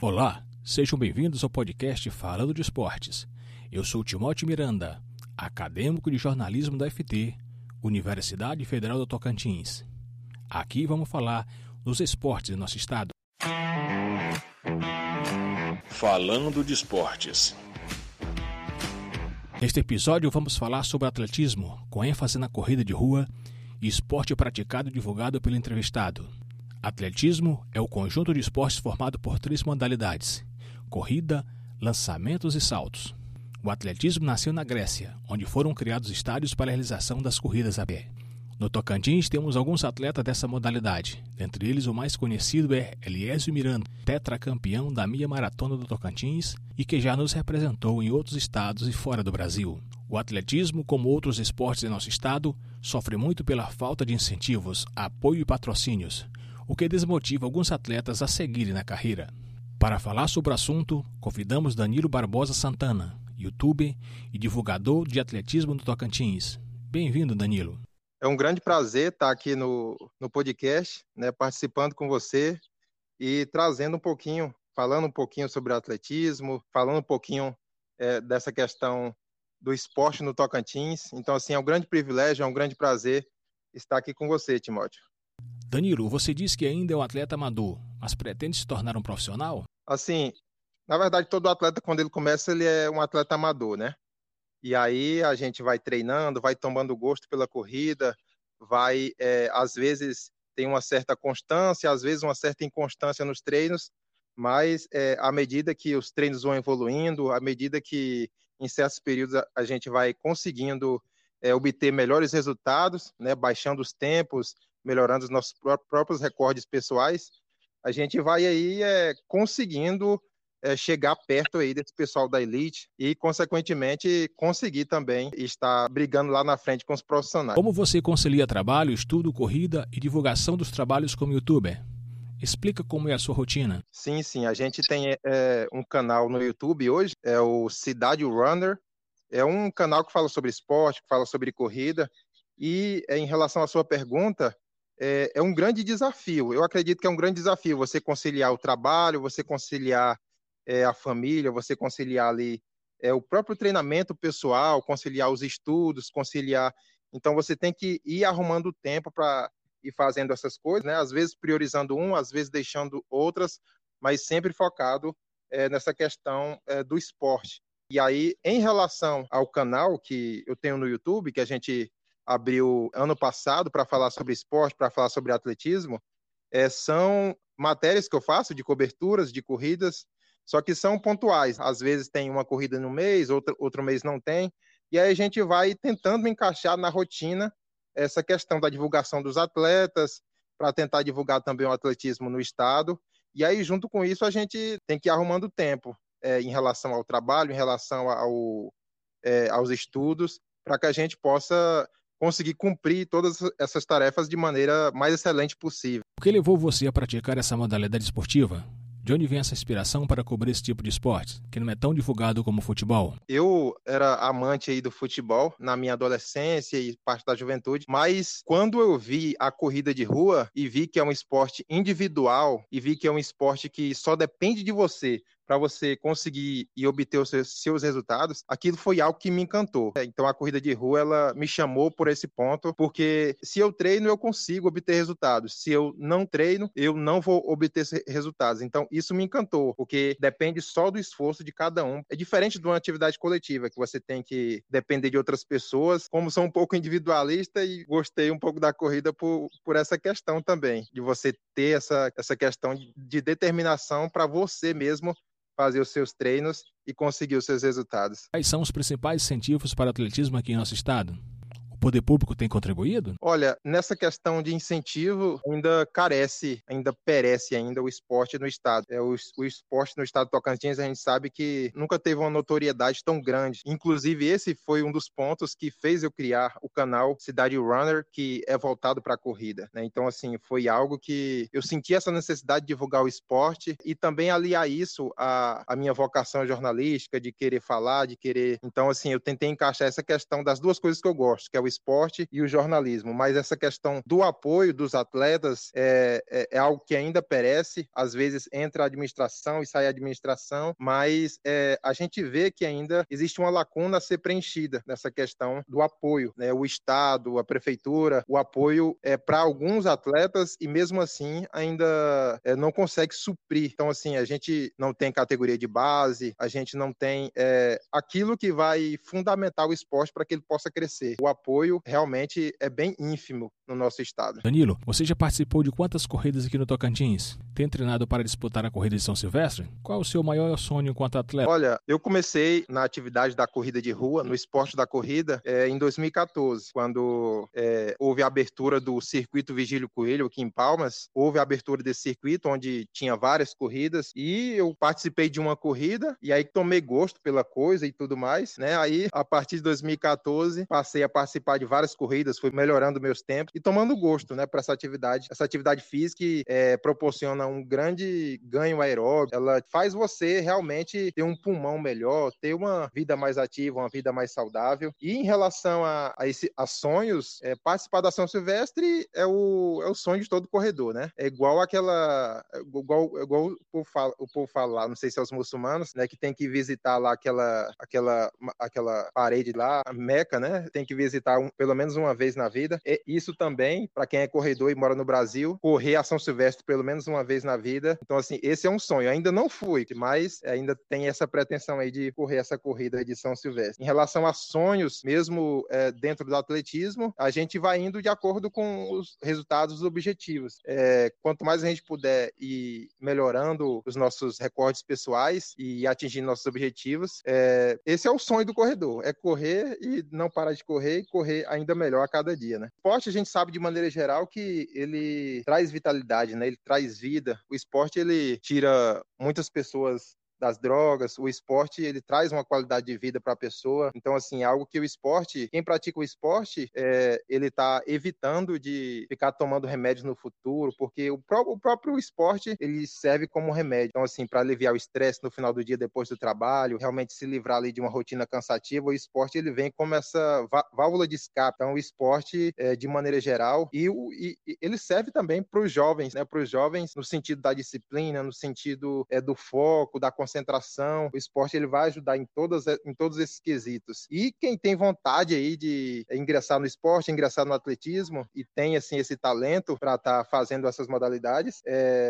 Olá, sejam bem-vindos ao podcast Falando de Esportes. Eu sou Timóteo Miranda, acadêmico de jornalismo da UFT, Universidade Federal do Tocantins. Aqui vamos falar dos esportes em nosso estado. Falando de Esportes. Neste episódio vamos falar sobre atletismo, com ênfase na corrida de rua e esporte praticado e divulgado pelo entrevistado. Atletismo é o conjunto de esportes formado por 3 modalidades: corrida, lançamentos e saltos. O atletismo nasceu na Grécia, onde foram criados estádios para a realização das corridas a pé. No Tocantins temos alguns atletas dessa modalidade, dentre eles o mais conhecido é Eliésio Miranda, tetracampeão da meia maratona do Tocantins e que já nos representou em outros estados e fora do Brasil. O atletismo, como outros esportes em nosso estado, sofre muito pela falta de incentivos, apoio e patrocínios, o que desmotiva alguns atletas a seguirem na carreira. Para falar sobre o assunto, convidamos Danilo Barbosa Santana, youtuber e divulgador de atletismo no Tocantins. Bem-vindo, Danilo. É um grande prazer estar aqui no podcast, participando com você e trazendo falando um pouquinho sobre o atletismo, falando um pouquinho dessa questão do esporte no Tocantins. Então, assim, é um grande privilégio, é um grande prazer estar aqui com você, Timóteo. Danilo, você disse que ainda é um atleta amador, mas pretende se tornar um profissional? Assim, na verdade, todo atleta, quando ele começa, ele é um atleta amador, né? E aí a gente vai treinando, vai tomando gosto pela corrida, às vezes tem uma certa constância, às vezes uma certa inconstância nos treinos, mas à medida que os treinos vão evoluindo, à medida que em certos períodos a gente vai conseguindo obter melhores resultados, né, baixando os tempos, melhorando os nossos próprios recordes pessoais, a gente vai aí conseguindo chegar perto aí desse pessoal da elite e, consequentemente, conseguir também estar brigando lá na frente com os profissionais. Como você concilia trabalho, estudo, corrida e divulgação dos trabalhos como youtuber? Explica como é a sua rotina. Sim, a gente tem um canal no YouTube hoje, é o Cidade Runner, é um canal que fala sobre esporte, que fala sobre corrida, e em relação à sua pergunta, é um grande desafio. Eu acredito que é um grande desafio você conciliar o trabalho, você conciliar a família, você conciliar ali o próprio treinamento pessoal, conciliar os estudos, conciliar... Então, você tem que ir arrumando tempo para ir fazendo essas coisas, né? Às vezes priorizando às vezes deixando outras, mas sempre focado nessa questão do esporte. E aí, em relação ao canal que eu tenho no YouTube, que a gente abriu ano passado para falar sobre esporte, para falar sobre atletismo, são matérias que eu faço de coberturas, de corridas, só que são pontuais. Às vezes tem uma corrida no mês, outro mês não tem, e aí a gente vai tentando encaixar na rotina essa questão da divulgação dos atletas, para tentar divulgar também o atletismo no estado, e aí junto com isso a gente tem que ir arrumando tempo em relação ao trabalho, em relação aos estudos, para que a gente possa conseguir cumprir todas essas tarefas de maneira mais excelente possível. O que levou você a praticar essa modalidade esportiva? De onde vem essa inspiração para cobrir esse tipo de esporte, que não é tão divulgado como o futebol? Eu era amante aí do futebol na minha adolescência e parte da juventude, mas quando eu vi a corrida de rua e vi que é um esporte individual e vi que é um esporte que só depende de você para você conseguir e obter os seus resultados, aquilo foi algo que me encantou. Então a corrida de rua, ela me chamou por esse ponto, porque se eu treino, eu consigo obter resultados. Se eu não treino, eu não vou obter resultados. Então isso me encantou, porque depende só do esforço de cada um. É diferente de uma atividade coletiva, que você tem que depender de outras pessoas. Como sou um pouco individualista e gostei um pouco da corrida por essa questão também, de você ter essa questão de determinação para você mesmo fazer os seus treinos e conseguir os seus resultados. Quais são os principais incentivos para o atletismo aqui em nosso estado? O poder público tem contribuído? Olha, nessa questão de incentivo, ainda perece o esporte no estado. O esporte no estado do Tocantins, a gente sabe que nunca teve uma notoriedade tão grande. Inclusive, esse foi um dos pontos que fez eu criar o canal Cidade Runner, que é voltado para a corrida, né? Então, assim, foi algo que eu senti essa necessidade de divulgar o esporte e também aliar isso à minha vocação jornalística, de querer falar, de querer... Então, assim, eu tentei encaixar essa questão das duas coisas que eu gosto, que é o esporte e o jornalismo, mas essa questão do apoio dos atletas é algo que ainda perece, às vezes entra a administração e sai a administração, mas a gente vê que ainda existe uma lacuna a ser preenchida nessa questão do apoio, né? O Estado, a Prefeitura, o apoio para alguns atletas e mesmo assim ainda não consegue suprir. Então, assim, a gente não tem categoria de base, a gente não tem aquilo que vai fundamentar o esporte para que ele possa crescer. O apoio realmente é bem ínfimo no nosso estado. Danilo, você já participou de quantas corridas aqui no Tocantins? Tem treinado para disputar a corrida de São Silvestre? Qual é o seu maior sonho enquanto atleta? Olha, eu comecei na atividade da corrida de rua, no esporte da corrida, em 2014, quando houve a abertura do circuito Vigílio Coelho aqui em Palmas. Houve a abertura desse circuito, onde tinha várias corridas, e eu participei de uma corrida, e aí tomei gosto pela coisa e tudo mais, né? Aí, a partir de 2014, passei a participar de várias corridas, fui melhorando meus tempos e tomando gosto, né, para essa atividade. Essa atividade física proporciona um grande ganho aeróbico, ela faz você realmente ter um pulmão melhor, ter uma vida mais ativa, uma vida mais saudável. E em relação a sonhos, participar da São Silvestre é o sonho de todo corredor, né? É igual igual o povo fala lá, não sei se é os muçulmanos, né, que tem que visitar lá aquela parede lá, a Meca, né? Tem que visitar pelo menos uma vez na vida. E isso também, para quem é corredor e mora no Brasil, correr a São Silvestre pelo menos uma vez na vida. Então, assim, esse é um sonho. Eu ainda não fui, mas ainda tem essa pretensão aí de correr essa corrida de São Silvestre. Em relação a sonhos, mesmo dentro do atletismo, a gente vai indo de acordo com os resultados dos objetivos. Quanto mais a gente puder ir melhorando os nossos recordes pessoais e atingindo nossos objetivos, esse é o sonho do corredor, é correr e não parar de correr e correr ainda melhor a cada dia, né? O esporte, a gente sabe de maneira geral que ele traz vitalidade, né? Ele traz vida. O esporte, ele tira muitas pessoas das drogas, o esporte, ele traz uma qualidade de vida para a pessoa. Então, assim, algo que o esporte, quem pratica o esporte, ele está evitando de ficar tomando remédios no futuro, porque o próprio esporte, ele serve como remédio. Então, assim, para aliviar o estresse no final do dia, depois do trabalho, realmente se livrar ali de uma rotina cansativa, o esporte, ele vem como essa válvula de escape. Então, o esporte, de maneira geral, e ele serve também para os jovens, né? Para os jovens no sentido da disciplina, no sentido do foco, da concentração. O esporte, ele vai ajudar em todos esses quesitos. E quem tem vontade aí de ingressar no esporte, ingressar no atletismo e tem, assim, esse talento para estar fazendo essas modalidades,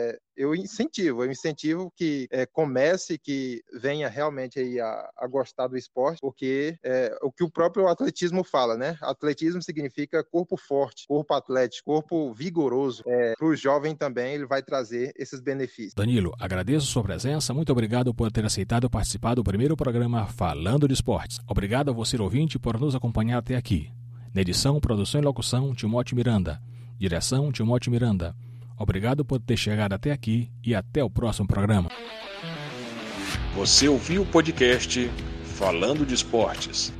eu incentivo que comece, que venha realmente aí a gostar do esporte, porque o que o próprio atletismo fala, né? Atletismo significa corpo forte, corpo atlético, corpo vigoroso. Para o jovem também, ele vai trazer esses benefícios. Danilo, agradeço sua presença, muito obrigado por ter aceitado participar do primeiro programa Falando de Esportes. Obrigado a você, ouvinte, por nos acompanhar até aqui. Na edição, produção e locução, Timóteo Miranda. Direção, Timóteo Miranda. Obrigado por ter chegado até aqui e até o próximo programa. Você ouviu o podcast Falando de Esportes.